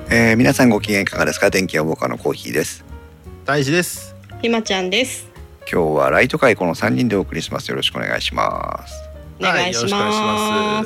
皆さんご機嫌いかがですか？電気屋ウォーカーのコーヒーです。 大志です。 ひまちゃんです。 今日はライト会この3人でお送りします。よろしくお願いします。 お願いします。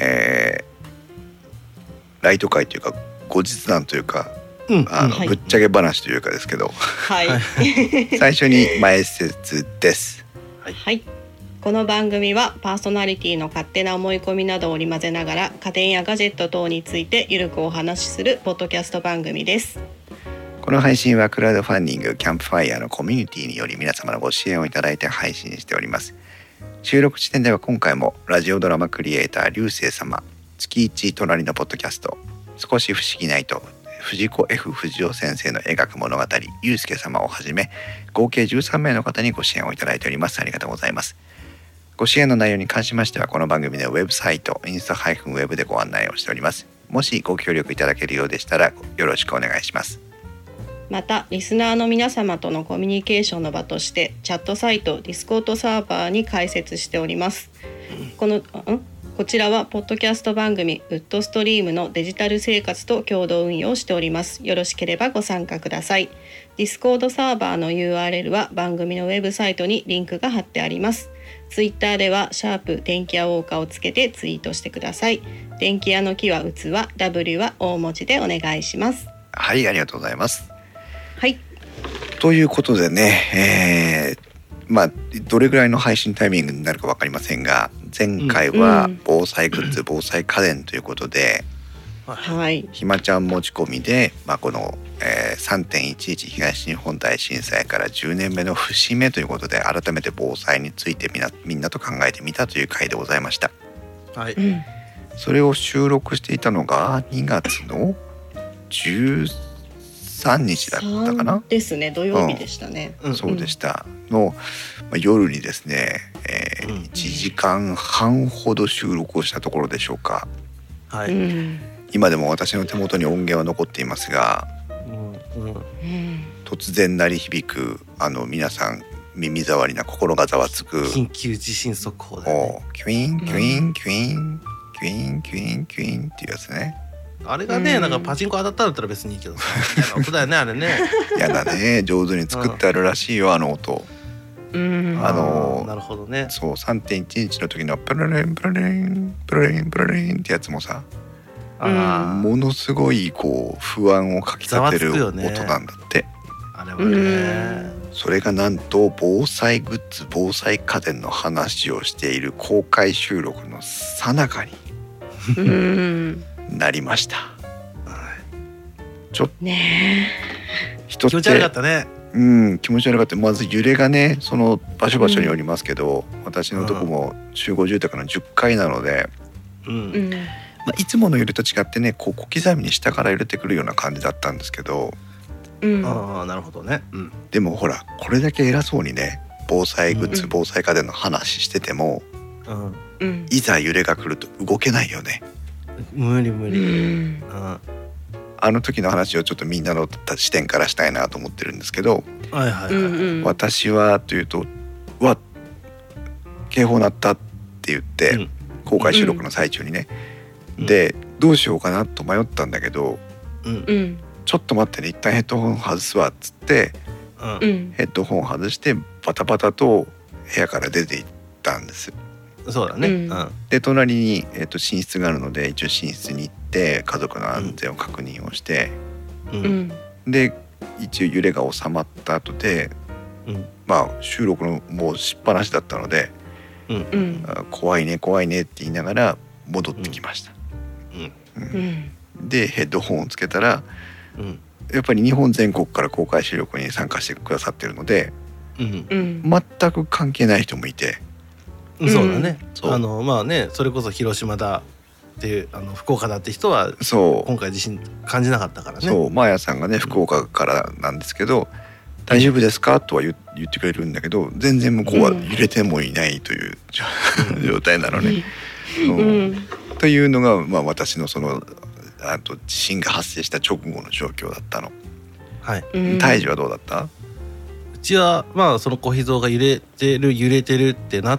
ライト会というか後日談というか、 はい、 ぶっちゃけ話というかですけど、 はい、 最初に前説です。 はい、この番組はパーソナリティの勝手な思い込みなどを織り交ぜながら家電やガジェット等についてゆるくお話しするポッドキャスト番組です。 この配信はクラウドファンディングキャンプファイヤーのコミュニティにより皆様のご支援をいただいて配信しております。収録時点では今回もラジオドラマクリエイター流星様、月一隣のポッドキャスト、少し不思議ないと藤子 F 不二雄先生の描く物語ゆうすけ様をはじめ合計13名の方にご支援をいただいております。ありがとうございます。ご支援の内容に関しましてはこの番組でウェブサイトインスタ-ウェブでご案内をしております。もしご協力いただけるようでしたらよろしくお願いします。 またリスナーの皆様とのコミュニケーションの場としてチャットサイトディスコードサーバーに開設しております。こちらはポッドキャスト番組ウッドストリームのデジタル生活と共同運用しております。よろしければご参加ください。ディスコードサーバーの URL は番組のウェブサイトにリンクが貼ってあります。ツイッターではシャープ電気屋ウォーカーをつけてツイートしてください。電気屋の木は器、W は大文字でお願いします。 はい、ありがとうございます。 はい。 ということでね、どれぐらいの配信タイミングになるか分かりませんが、前回は防災グッズ、防災家電ということで、 はい、 ひまちゃん持ち込みで、この、3.11 東日本大震災から10年目の節目ということで改めて防災についてみんなと考えてみたという回でございました。 はい、 それを収録していたのが2月の13日だったかなですね。土曜日でしたね。 そうでしたの、夜にですね、1時間半ほど収録をしたところでしょうか。 はい、 今でも私の手元に音源は残っていますが、突然鳴り響く皆さん耳障りな心がざわつく緊急地震速報だね。 キュインキュインキュインキュインキュインキュインっていうやつね。 あれがね、なんかパチンコ当たったんだったら別にいいけどさ、嫌な音だよねあれね。 やだね、上手に作ってあるらしいよ、あの音。 なるほどね。 そう、3.11 の時のプラレンプラレンプラレンプラレンってやつもさ、ものすごいこう不安をかき立てる音なんだって、 あれはね。 それがなんと防災グッズ、防災家電の話をしている公開収録の最中になりました。ちょっとね、 人って気持ち悪かったね。 気持ち悪かった。まず揺れがね、その場所場所によりますけど、私のとこも集合住宅の10階なので、いつもの揺れと違ってね、こう小刻みに下から揺れてくるような感じだったんですけど、 なるほどね。 でもほら、これだけ偉そうにね防災グッズ、防災家電の話してても、いざ揺れが来ると動けないよね。 無理。 あの時の話をちょっとみんなの視点からしたいなと思ってるんですけど、私はというと、警報鳴ったって言って、公開収録の最中にね、でどうしようかなと迷ったんだけど、ちょっと待ってね、一旦ヘッドホン外すわっつって、ヘッドホン外してバタバタと部屋から出て行ったんです。 そうだね。 で隣に、寝室があるので一応寝室に行って家族の安全を確認をして、で一応揺れが収まった後で、収録のもうしっぱなしだったので、怖いね怖いねって言いながら戻ってきました。でヘッドホンをつけたら、やっぱり日本全国から公開収録に参加してくださってるので、全く関係ない人もいて、 そうだね。それこそ広島だっていう福岡だって人は今回地震感じなかったからね。 そう、マーヤさんがね福岡からなんですけど、大丈夫ですかとは言ってくれるんだけど、全然向こうは揺れてもいないという状態なのね。というのが、私のその地震が発生した直後の状況だったの。大樹はどうだった？ うちはその小秘蔵が揺れてるってなって、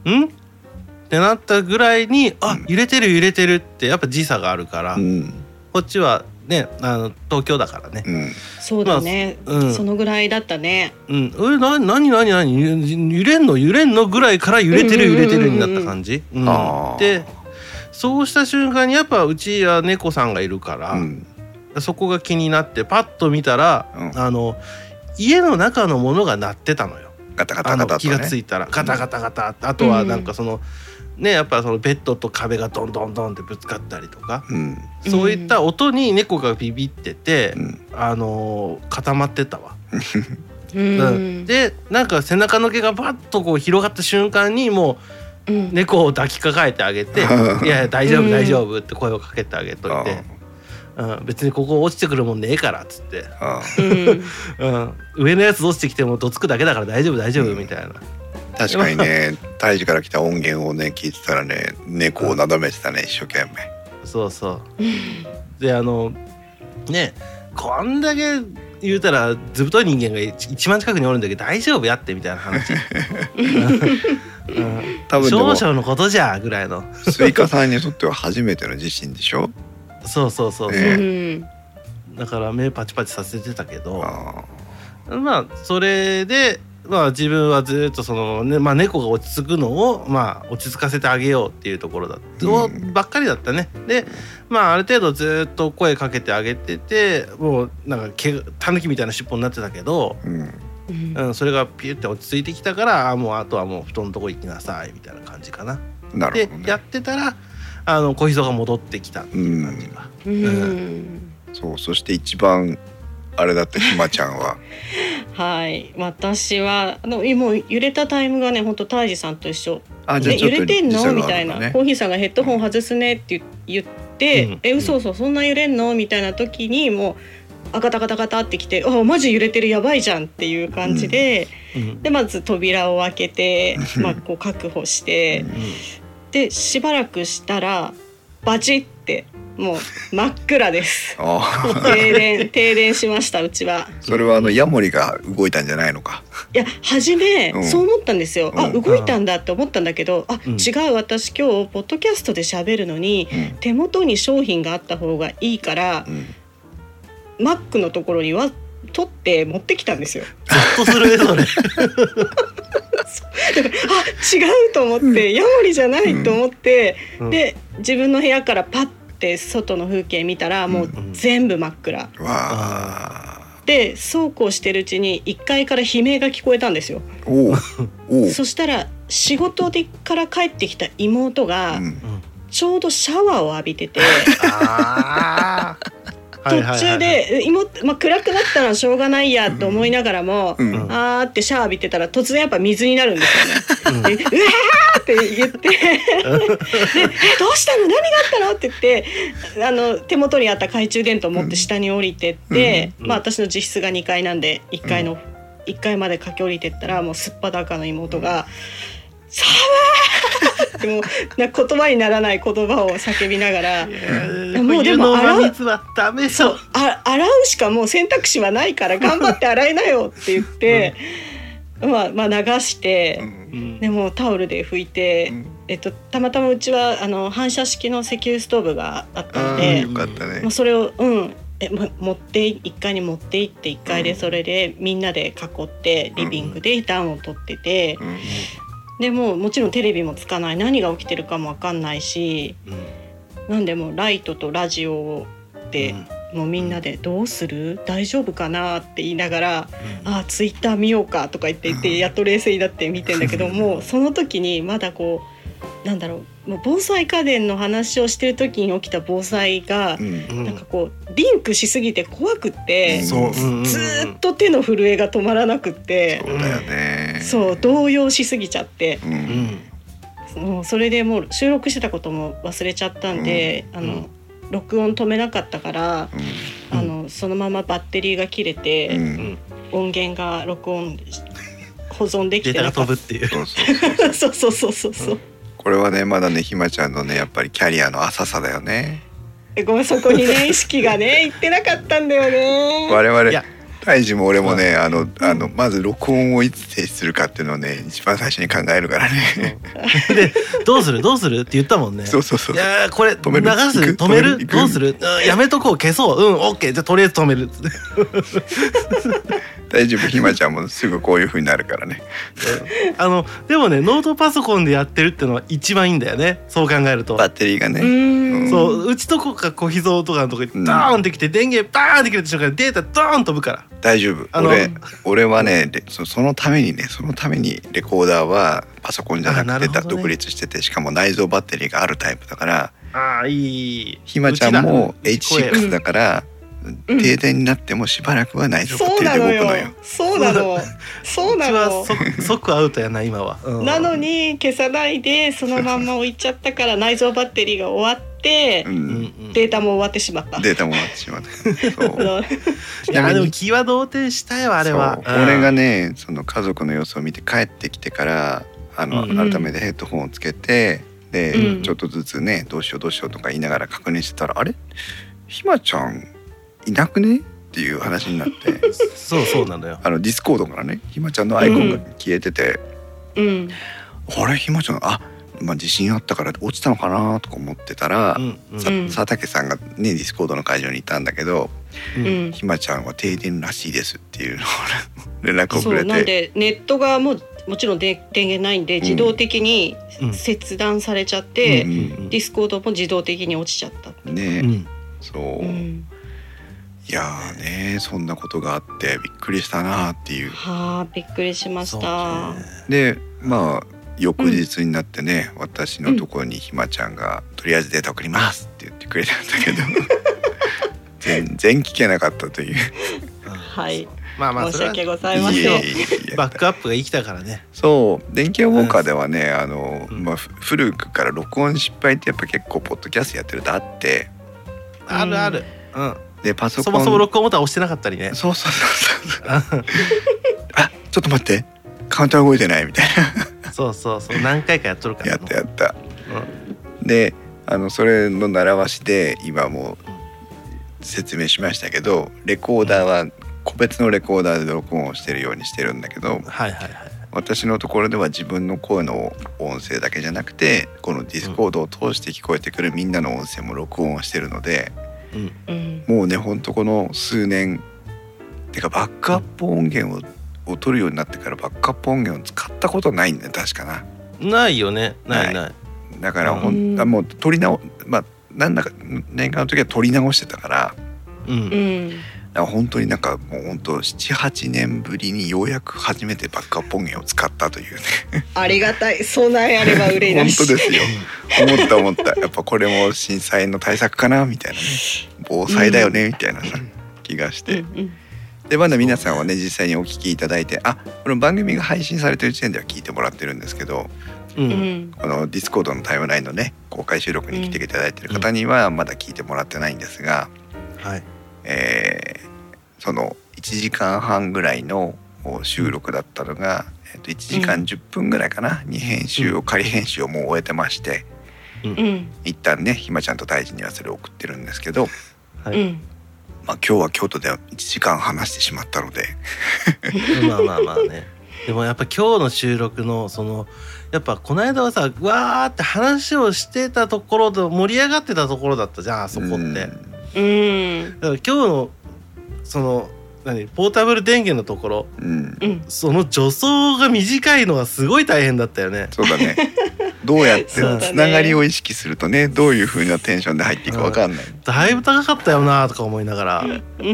ってなったぐらいに、揺れてるってやっぱ時差があるから、 こっちはね東京だからね、 そうだね、そのぐらいだったね。 何揺れんのぐらいから揺れてるになった感じ。でそうした瞬間にやっぱうちは猫さんがいるから、そこが気になってパッと見たら、家の中のものが鳴ってたのよ。 ガタガタガタとね、 気がついたらガタガタガタ、あとはなんかその、やっぱそのベッドと壁がドンドンドンってぶつかったりとか、そういった音に猫がビビってて、固まってたわ。でなんか背中の毛がバッとこう広がった瞬間にもう猫を抱きかかえてあげて「いや大丈夫大丈夫」って声をかけてあげといて。別にここ落ちてくるもんねえからっつって、上のやつ落ちてきてもどつくだけだから大丈夫大丈夫みたいな。 確かにね胎児から来た音源をね聞いてたらね猫をなだめてたね、一生懸命。 そうそうでねこんだけ言うたらずぶとい人間が一番近くにおるんだけど大丈夫やってみたいな話。多分少々のことじゃぐらいの。 スイカさんにとっては初めての地震でしょ。 そう、だから目パチパチさせてたけど、まあそれで、自分はずっとその、猫が落ち着くのを、落ち着かせてあげようっていうところばっかりだったね。である程度ずっと声かけてあげてて、もうなんかタヌキみたいな尻尾になってたけど、それがピュって落ち着いてきたからもうあとはもう布団のとこ行きなさいみたいな感じかな。 なるほどね。 でやってたら小ひそが戻ってきたっていう感じが。 そう、そして一番あれだったひまちゃんははい、私はもう揺れたタイムがね、本当タイジさんと一緒。 揺れてんのみたいな。コーヒーさんがヘッドホン外すねって言って、嘘そんな揺れんのみたいな時にもうガタガタガタってきて、マジ揺れてるやばいじゃんっていう感じで、でまず扉を開けて、こう確保して。でしばらくしたらバチってもう真っ暗です。停電しました。うちは。 それはヤモリが動いたんじゃないのか。 いや初めそう思ったんですよ。動いたんだって思ったんだけど、違う、私今日ポッドキャストで喋るのに、手元に商品があった方がいいから、マックのところには取って持ってきたんですよ。 ゾッとするねそれ。 だから違うと思って、ヤモリじゃないと思って、で自分の部屋からパッて外の風景見たらもう全部真っ暗。でそうこうしてるうちに1階から悲鳴が聞こえたんですよ。そしたら仕事から帰ってきた妹がちょうどシャワーを浴びてて、途中で暗くなったらしょうがないやと思いながらも、あーってシャワー浴びてたら突然やっぱ水になるんですよね。でうわーって言ってでどうしたの何があったのって言って手元にあった懐中電灯を持って下に降りてって、私の自室が2階なんで1階まで駆け降りてったら、もうすっぱだかの妹が寒いってもう言葉にならない言葉を叫びながら、もうでも洗うしかもう選択肢はないから頑張って洗いなよって言って、流して、でもタオルで拭いて、たまたまうちは反射式の石油ストーブがあったので、それを1階に持って行って1階でそれでみんなで囲ってリビングで暖を取ってて、でもちろんテレビもつかない、何が起きてるかも分かんないし、なんでもライトとラジオでもうみんなでどうする大丈夫かなって言いながら、ツイッター見ようかとか言ってやっと冷静になって見てんだけど、もうその時にまだこうもう防災家電の話をしてる時に起きた防災が、なんかこうリンクしすぎて怖くって、ずっと手の震えが止まらなくって、 そうだよね。 そう動揺しすぎちゃって、それでもう収録してたことも忘れちゃったんで、録音止めなかったから、そのままバッテリーが切れて、音源が録音保存できてなかった。データが飛ぶっていう。そう。 これはねまだねひまちゃんのねやっぱりキャリアの浅さだよね。 ごめん、そこにね意識がねいってなかったんだよね。 我々 大地も俺もねまず録音をいつ停止するかっていうのをね一番最初に考えるからね。 でどうするって言ったもんね。 そうそうそう。 いやこれ流す止止めるどうするやめとこう消そうオッケーじゃあとりあえず止めるっつって大丈夫ひまちゃんもすぐこういう風になるからね。 でもねノートパソコンでやってるってのは一番いいんだよねそう考えると。 バッテリーがねそううちとこか小秘蔵とかのとこにドーンってきて電源バーンって切れた瞬間にデータドーン飛ぶから。 大丈夫。俺はねそのためにレコーダーはパソコンじゃなくて独立しててしかも内蔵バッテリーがあるタイプだから。 ああいい。 ひまちゃんも H6 だから停電になってもしばらくは内蔵バッテリーで動くのよ。 そうなの。 うちは即アウトやな今は。 なのに消さないでそのまんま置いちゃったから内蔵バッテリーが終わって、データも終わってしまった。 データも終わってしまった。そういやでも気は動転したよあれは。 俺がねその家族の様子を見て帰ってきてから改めてヘッドホンをつけてで、ちょっとずつねどうしようとか言いながら確認してたらあれひまちゃんいなくねっていう話になってそうなのよ。 ディスコードからねひまちゃんのアイコンが消えてて、あれひまちゃん地震あったから落ちたのかなとか思ってたら、佐竹さんがねディスコードの会場にいたんだけど、ひまちゃんは停電らしいですっていうのを連絡をくれて、 そうなんでネットがもちろん電源ないんで自動的に切断されちゃって、ディスコードも自動的に落ちちゃったね。そう、いやねそんなことがあってびっくりしたなっていう。 びっくりしました。 で翌日になってね、私のところにひまちゃんがとりあえずデータ送りますって言ってくれたんだけど全然聞けなかったというはい、申し訳ございません。 バックアップが生きたからね。 そう電気屋ウォーカーではね古くから録音失敗ってやっぱ結構ポッドキャストやってるとあってある、 でパソコンそもそも録音ボタン押してなかったりね。 そうあちょっと待ってカウンター動いてないみたいなそう何回かやっとるから。 やった、でそれの習わしで今も説明しましたけどレコーダーは個別のレコーダーで録音をしてるようにしてるんだけど、私のところでは自分の声の音声だけじゃなくてこのディスコードを通して聞こえてくるみんなの音声も録音をしてるので、もうねほんとこの数年てかバックアップ音源を取るようになってからバックアップ音源を使ったことないんだよ確かな。 ないよね。ないだからもう取りなんだか年間の時は取り直してたから、だから本当にもう本当 7,8 年ぶりにようやく初めてバックアップ音源を使ったというねありがたい。備えあれば憂いなし。 本当ですよ。思ったやっぱこれも震災の対策かなみたいなね防災だよねみたいな気がして、でまだ皆さんはね実際にお聞きいただいてこの番組が配信されてる時点では聞いてもらってるんですけど、このディスコードのタイムラインのね公開収録に来ていただいてる方にはまだ聞いてもらってないんですが、その1時間半ぐらいの収録だったのが、1時間10分ぐらいかなに仮編集をもう終えてまして、一旦ねひまちゃんと大地にはそれを送ってるんですけど、今日は京都で1時間話してしまったのでまあね。でもやっぱ今日の収録のやっぱこの間はさわーって話をしてたところで盛り上がってたところだったじゃんあそこって。だから今日のポータブル電源のところ、その助走が短いのがすごい大変だったよね。 そうだね。どうやってつながりを意識するとねどういう風なテンションで入っていくか分かんない。 だいぶ高かったよなとか思いながら、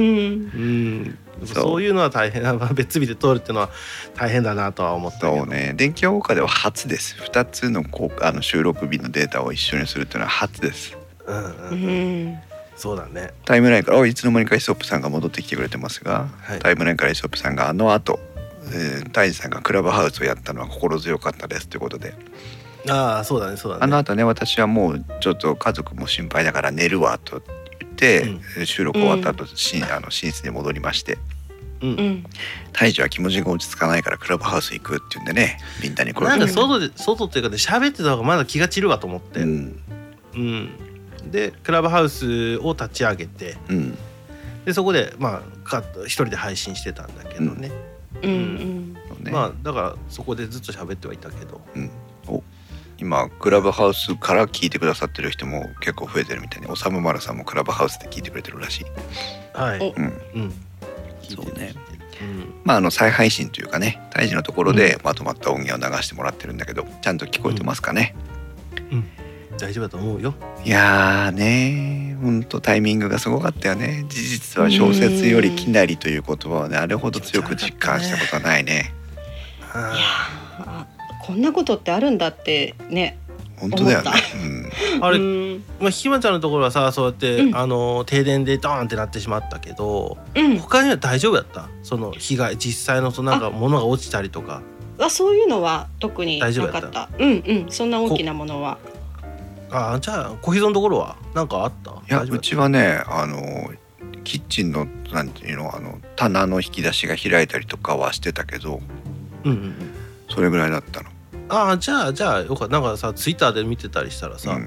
そういうのは大変別日で通るっていうのは大変だなとは思ったけど。 そうね電気屋ウォーカーでは初です。2つの収録日のデータを一緒にするっていうのは初です。 そうだね。 タイムラインからいつの間にかイソップさんが戻ってきてくれてますが、タイムラインからイソップさんが後大地さんがクラブハウスをやったのは心強かったですということで。 そうだね。 後ね私はもうちょっと家族も心配だから寝るわと言って、収録終わった後、寝室に戻りまして、大地は気持ちが落ち着かないからクラブハウス行くって言うんでねみんなに声かけて外っていうかで喋ってた方がまだ気が散るわと思って、でクラブハウスを立ち上げて、 でそこでまあ一人で配信してたんだけどね、まあだからそこでずっと喋ってはいたけど、 今クラブハウスから聞いてくださってる人も結構増えてるみたいに、おさむまるさんもクラブハウスで聞いてくれてるらしい。 はい、 そうね。まあ再配信というかね、大事なところでまとまった音源を流してもらってるんだけど、ちゃんと聞こえてますかね。 大丈夫だと思うよ。 いやーね、ほんとタイミングがすごかったよね。事実は小説よりきなりという言葉はね、あれほど強く実感したことはないね。 いやこんなことってあるんだってね。 本当だよね。 あれ、ひまちゃんのところはさ、そうやって、停電でドーンってなってしまったけど、他には大丈夫だった？その被害、実際のなんか物が落ちたりとか。 そういうのは特になかった。そんな大きなものは。 じゃあ小秘蔵のところは何かあった？ いや、うちはね、キッチンのなんていうの、棚の引き出しが開いたりとかはしてたけど、それぐらいだったの。 じゃあよかった。なんかさ、ツイッターで見てたりしたらさ、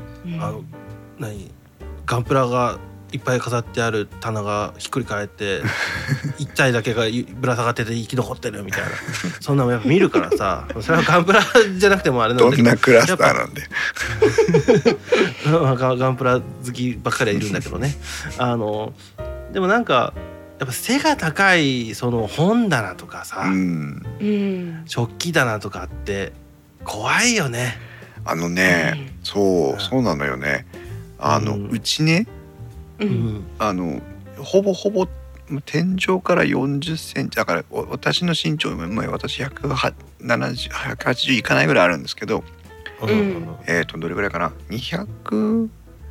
ガンプラがいっぱい飾ってある棚がひっくり返って一体だけがぶら下がってて生き残ってるみたいなそんなのやっぱ見るからさ、それはガンプラじゃなくてもあれなんだけど、 どんなクラスターなんでガンプラ好きばっかりはいるんだけどねでもなんかやっぱ背が高いその本棚とかさ、食器棚とかって怖いよね。 そうなのよね。うちね、ほぼほぼ天井から40センチだから、私の身長、私180いかないぐらいあるんですけど、どれぐらいかな、240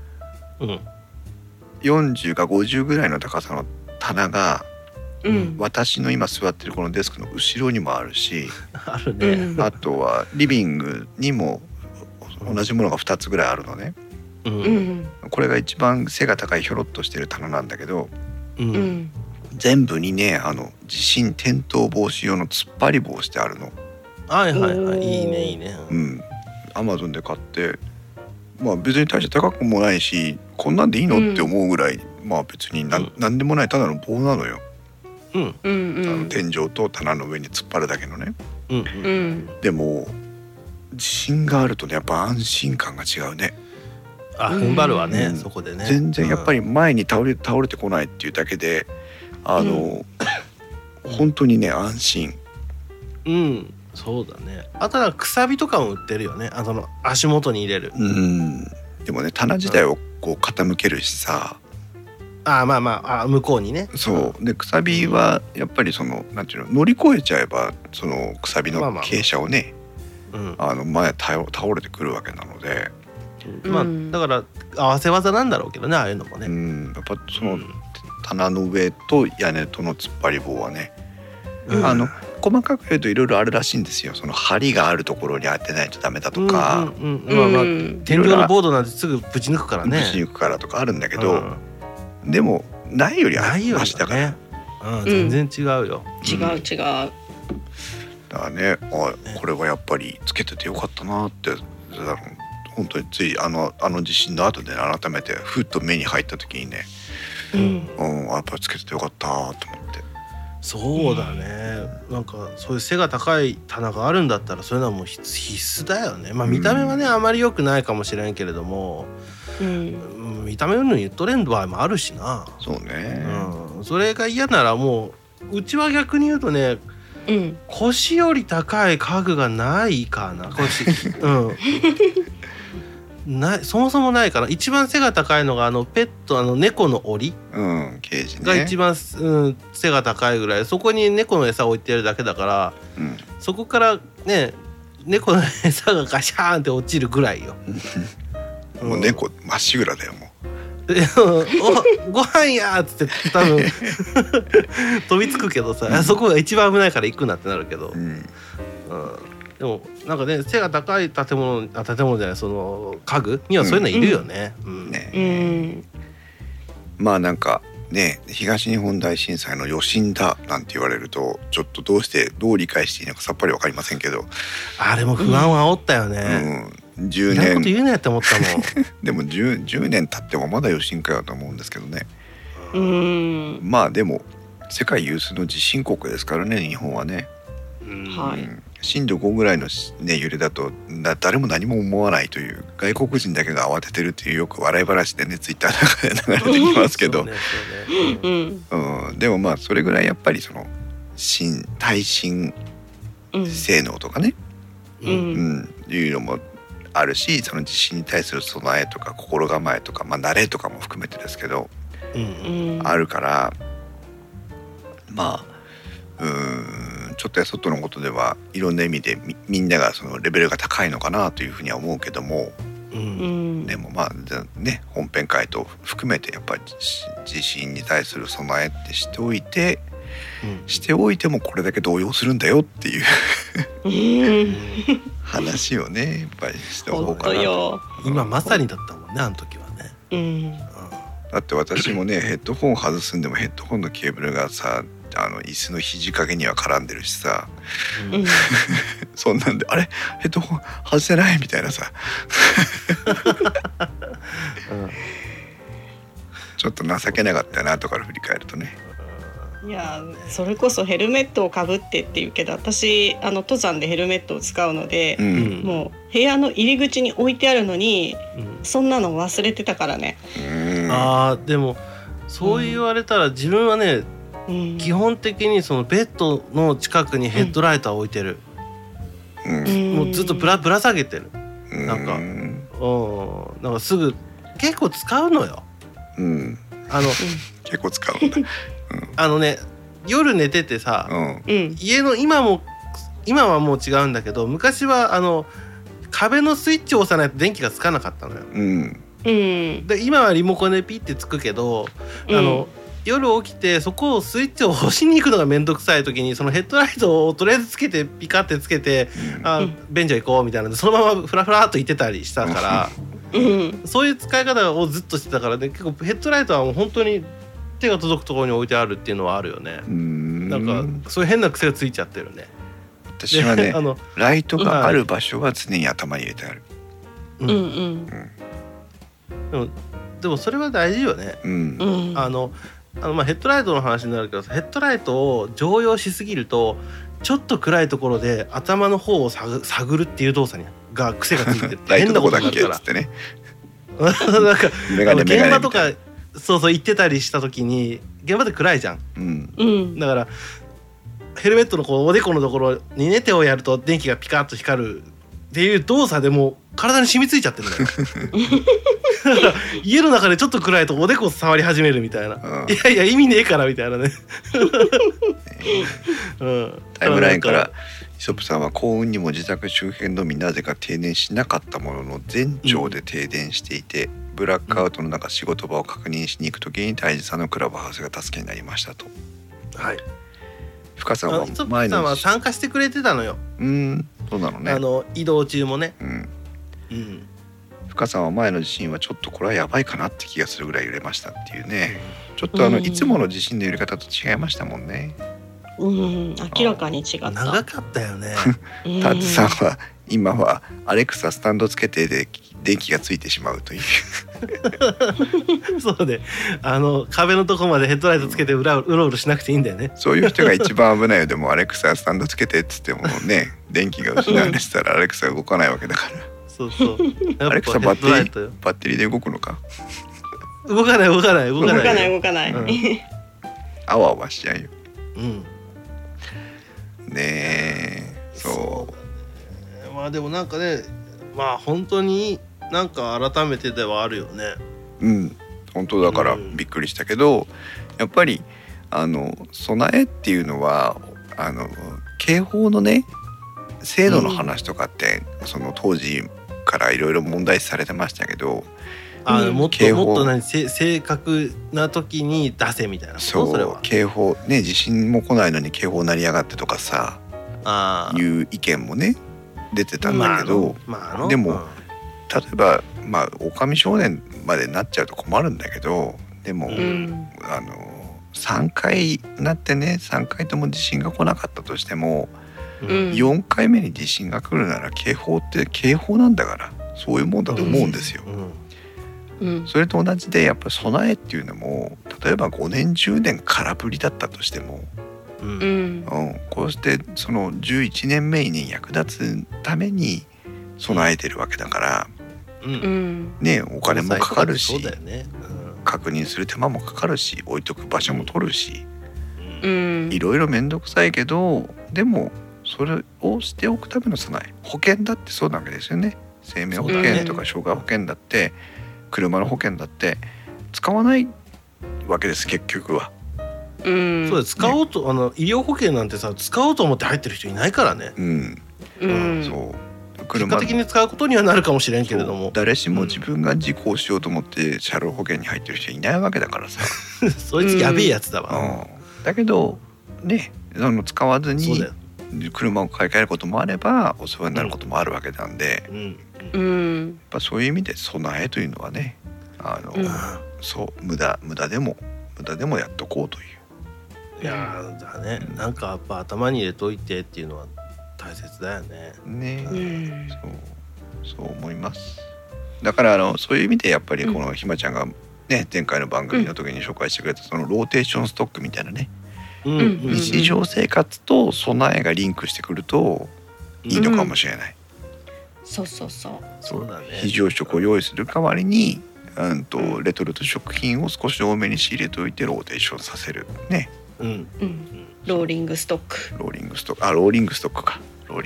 か50ぐらいの高さの棚が、私の今座ってるこのデスクの後ろにもあるし、 あるね。 あとはリビングにも同じものが2つぐらいあるのね。これが一番背が高いひょろっとしてる棚なんだけど、全部にね、地震転倒防止用の突っ張り棒してあるの。 いいねいいね。 Amazon で買って、別に大して高くもないし、こんなんでいいのって思うぐらい、別になんでもないただの棒なのよ。天井と棚の上に突っ張るだけのね。でも地震があるとね、やっぱ安心感が違うね。 踏ん張るわね、そこでね。 全然やっぱり前に倒れてこないっていうだけで、本当にね、安心。 そうだね。あとはくさびとかも売ってるよね。足元に入れる。 でもね、棚自体をこう傾けるしさ。 向こうにね。 そうで、くさびはやっぱりなんていうの、乗り越えちゃえばそのくさびの傾斜をね、前倒れてくるわけなので、 だから合わせ技なんだろうけどね、ああいうのもね。 やっぱその棚の上と屋根との突っ張り棒はね、細かく言うといろいろあるらしいんですよ。その針があるところに当てないとダメだとか、 天井のボードなんてすぐぶち抜くからね。 ぶち抜くからとかあるんだけど、でもないよりはマシだから。 全然違うよ。 違う。 だからね、これはやっぱりつけててよかったなって、本当についあの地震の後で改めてふっと目に入った時にね、やっぱりつけててよかったと思って。 そうだね。なんかそういう背が高い棚があるんだったら、そういうのはもう必須だよね。見た目はね、あまり良くないかもしれんけれども、見た目の言っとれん場合もあるしな。 そうね。 それが嫌ならもう、うちは逆に言うとね、腰より高い家具がないかな。そもそもないかな。一番背が高いのがペット猫の檻、 ケージね、 が一番、背が高いぐらい。そこに猫の餌を置いてるだけだから、そこからね、猫の餌がガシャーンって落ちるぐらいよ。 もう猫まっしぐらだよ、もう。 ご飯やーっつって多分飛びつくけどさ、そこが一番危ないから行くなってなるけど、でもなんかね、背が高い建物じゃない、その家具にはそういうのいるよね。 なんかね、東日本大震災の余震だなんて言われると、ちょっとどう理解していいのかさっぱり分かりませんけど、 あれも不安は煽ったよね。 10年いらんこと言うなやって思ったもん。 でも 10年経ってもまだ余震かよと思うんですけどね。 まあでも世界有数の地震国ですからね、日本はね。 はい。 震度5ぐらいの、ね、揺れだと誰も何も思わないという、外国人だけが慌ててるっていうよく笑い話でねツイッターの中で流れてきますけど、でもまあそれぐらいやっぱりその耐震性能とかね、いうのもあるし、その地震に対する備えとか心構えとか、まあ慣れとかも含めてですけど、あるから、まあちょっとやそっとのことではいろんな意味で みんながそのレベルが高いのかなというふうには思うけども、でもまあね、本編回答含めてやっぱり地震に対する備えってしておいて、しておいてもこれだけ動揺するんだよっていう話をねやっぱりしておこうかなと。 今まさにだったもんね、あの時はね。 だって私もねヘッドホン外すんでもヘッドホンのケーブルがさ椅子の肘掛けには絡んでるしさ、そんなんであれヘッドホン外せないみたいなさちょっと情けなかったなとから振り返るとね。 いやそれこそヘルメットをかぶってっていうけど、私登山でヘルメットを使うので、もう部屋の入り口に置いてあるのに、そんなの忘れてたからね。 でもそう言われたら自分はね、基本的にそのベッドの近くにヘッドライトは置いてる、もうずっとぶら下げてる、なんかすぐ結構使うのよ、 結構使うんだ、 ね、夜寝ててさ、家の今はもう違うんだけど、昔は壁のスイッチを押さないと電気がつかなかったのよ、で今はリモコンでピッてつくけど、夜起きてそこをスイッチを押しに行くのがめんどくさい時に、そのヘッドライトをとりあえずつけてピカってつけて、便所行こうみたいなでそのままフラフラっと行ってたりしたから、そういう使い方をずっとしてたからね、結構ヘッドライトはもう本当に手が届くところに置いてあるっていうのはあるよね。なんかそういう変な癖がついちゃってるね。 私はねライトがある場所は常に頭に入れてある。 でもそれは大事よね。まあヘッドライトの話になるけど、ヘッドライトを常用しすぎるとちょっと暗いところで頭の方を探るっていう動作が癖がついてて変なことになるから。なんか現場とかそう行ってたりした時に現場で暗いじゃん。だからヘルメットのこうおでこのところにね手をやると電気がピカッと光るっていう動作でもう体に染みついちゃってるんだよ。だから家の中でちょっと暗いとおでこ触り始めるみたいな、いや意味ねえからみたいなね。 タイムラインからイソップさんは幸運にも自宅周辺のみなぜか停電しなかったものの全町で停電していて、ブラックアウトの中仕事場を確認しに行くときに大地さんのクラブハウスが助けになりましたと。はい。深さんは前のイソップさんは参加してくれてたのよ。 そうなのね。 移動中もね。 深さんは前の地震はちょっとこれはやばいかなって気がするぐらい揺れましたっていうね。ちょっといつもの地震の揺れ方と違いましたもんね。 明らかに違った。 長かったよね。 タッツさんは今はアレクサスタンドつけてで電気がついてしまうという。 そうね、壁のとこまでヘッドライトつけてうろうろしなくていいんだよね。 そういう人が一番危ないよ。でもアレクサスタンドつけてっつってもね電気が失われてたらアレクサ動かないわけだから。 そうアレクサバッテリーで動くのか。 動かない。 あわあわしちゃうよ。ねえ、そう。 まあでもなんかね、まあ本当になんか改めてではあるよね。 本当だからびっくりしたけど、やっぱり備えっていうのは警報のね精度の話とかって、その当時からいろいろ問題視されてましたけど、 もっと正確な時に出せみたいな。それは警報ね、地震も来ないのに警報鳴り上がってとかさ、いう意見もね出てたんだけど、でも例えば狼少年までなっちゃうと困るんだけど、でも、3回なってね、3回とも地震が来なかったとしても、4回目に地震が来るなら警報って警報なんだから、そういうもんだと思うんですよ。 それと同じでやっぱり備えっていうのも例えば5年10年空振りだったとしても、こうしてその11年目に役立つために備えてるわけだから、ね、お金もかかるし、確認する手間もかかるし、置いとく場所も取るし、いろいろ面倒くさいけど、でもそれをしておくための備え、保険だってそうなわけですよね。生命保険とか障害保険だって車の保険だって使わないわけです結局は。 そうです。使おうと、医療保険なんてさ、使おうと思って入ってる人いないからね。そう結果的に使うことにはなるかもしれんけれども、 誰しも自分が事故をしようと思って車両保険に入ってる人いないわけだからさそいつやべえやつだわ。 だけどね、使わずに車を買い替えることもあればお世話になることもあるわけなんで、やっぱそういう意味で備えというのはね、そう無駄でもやっとこうという。 いやだね、なんかやっぱ頭に入れといてっていうのは大切だよね。 そう思います。だからそういう意味でやっぱりこのひまちゃんがね、前回の番組の時に紹介してくれたそのローテーションストックみたいなね、日常生活と備えがリンクしてくるといいのかもしれない。 そうだね。 非常食を用意する代わりにレトルト食品を少し多めに仕入れておいてローテーションさせるね。 ローリングストックか。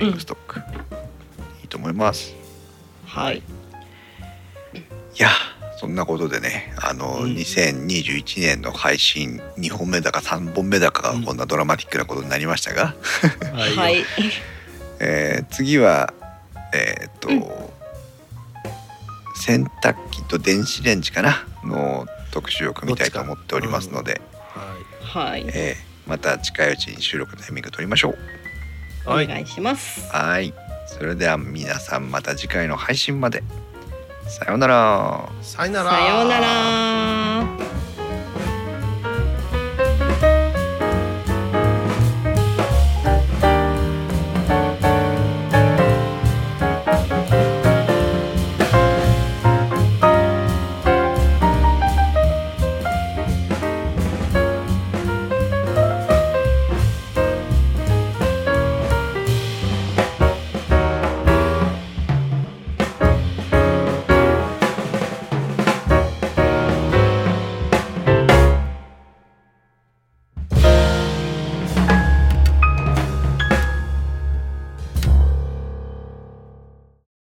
いいと思います。 はい。 いや、そんなことでね、2021年の配信2本目だか3本目だかがこんなドラマティックなことになりましたが、 はい。 次は洗濯機と電子レンジかなの特集を組みたいと思っておりますので、また近いうちに収録のタイミング取りましょう。 お願いします。 はい。それでは皆さんまた次回の配信まで。さようなら。 さようなら。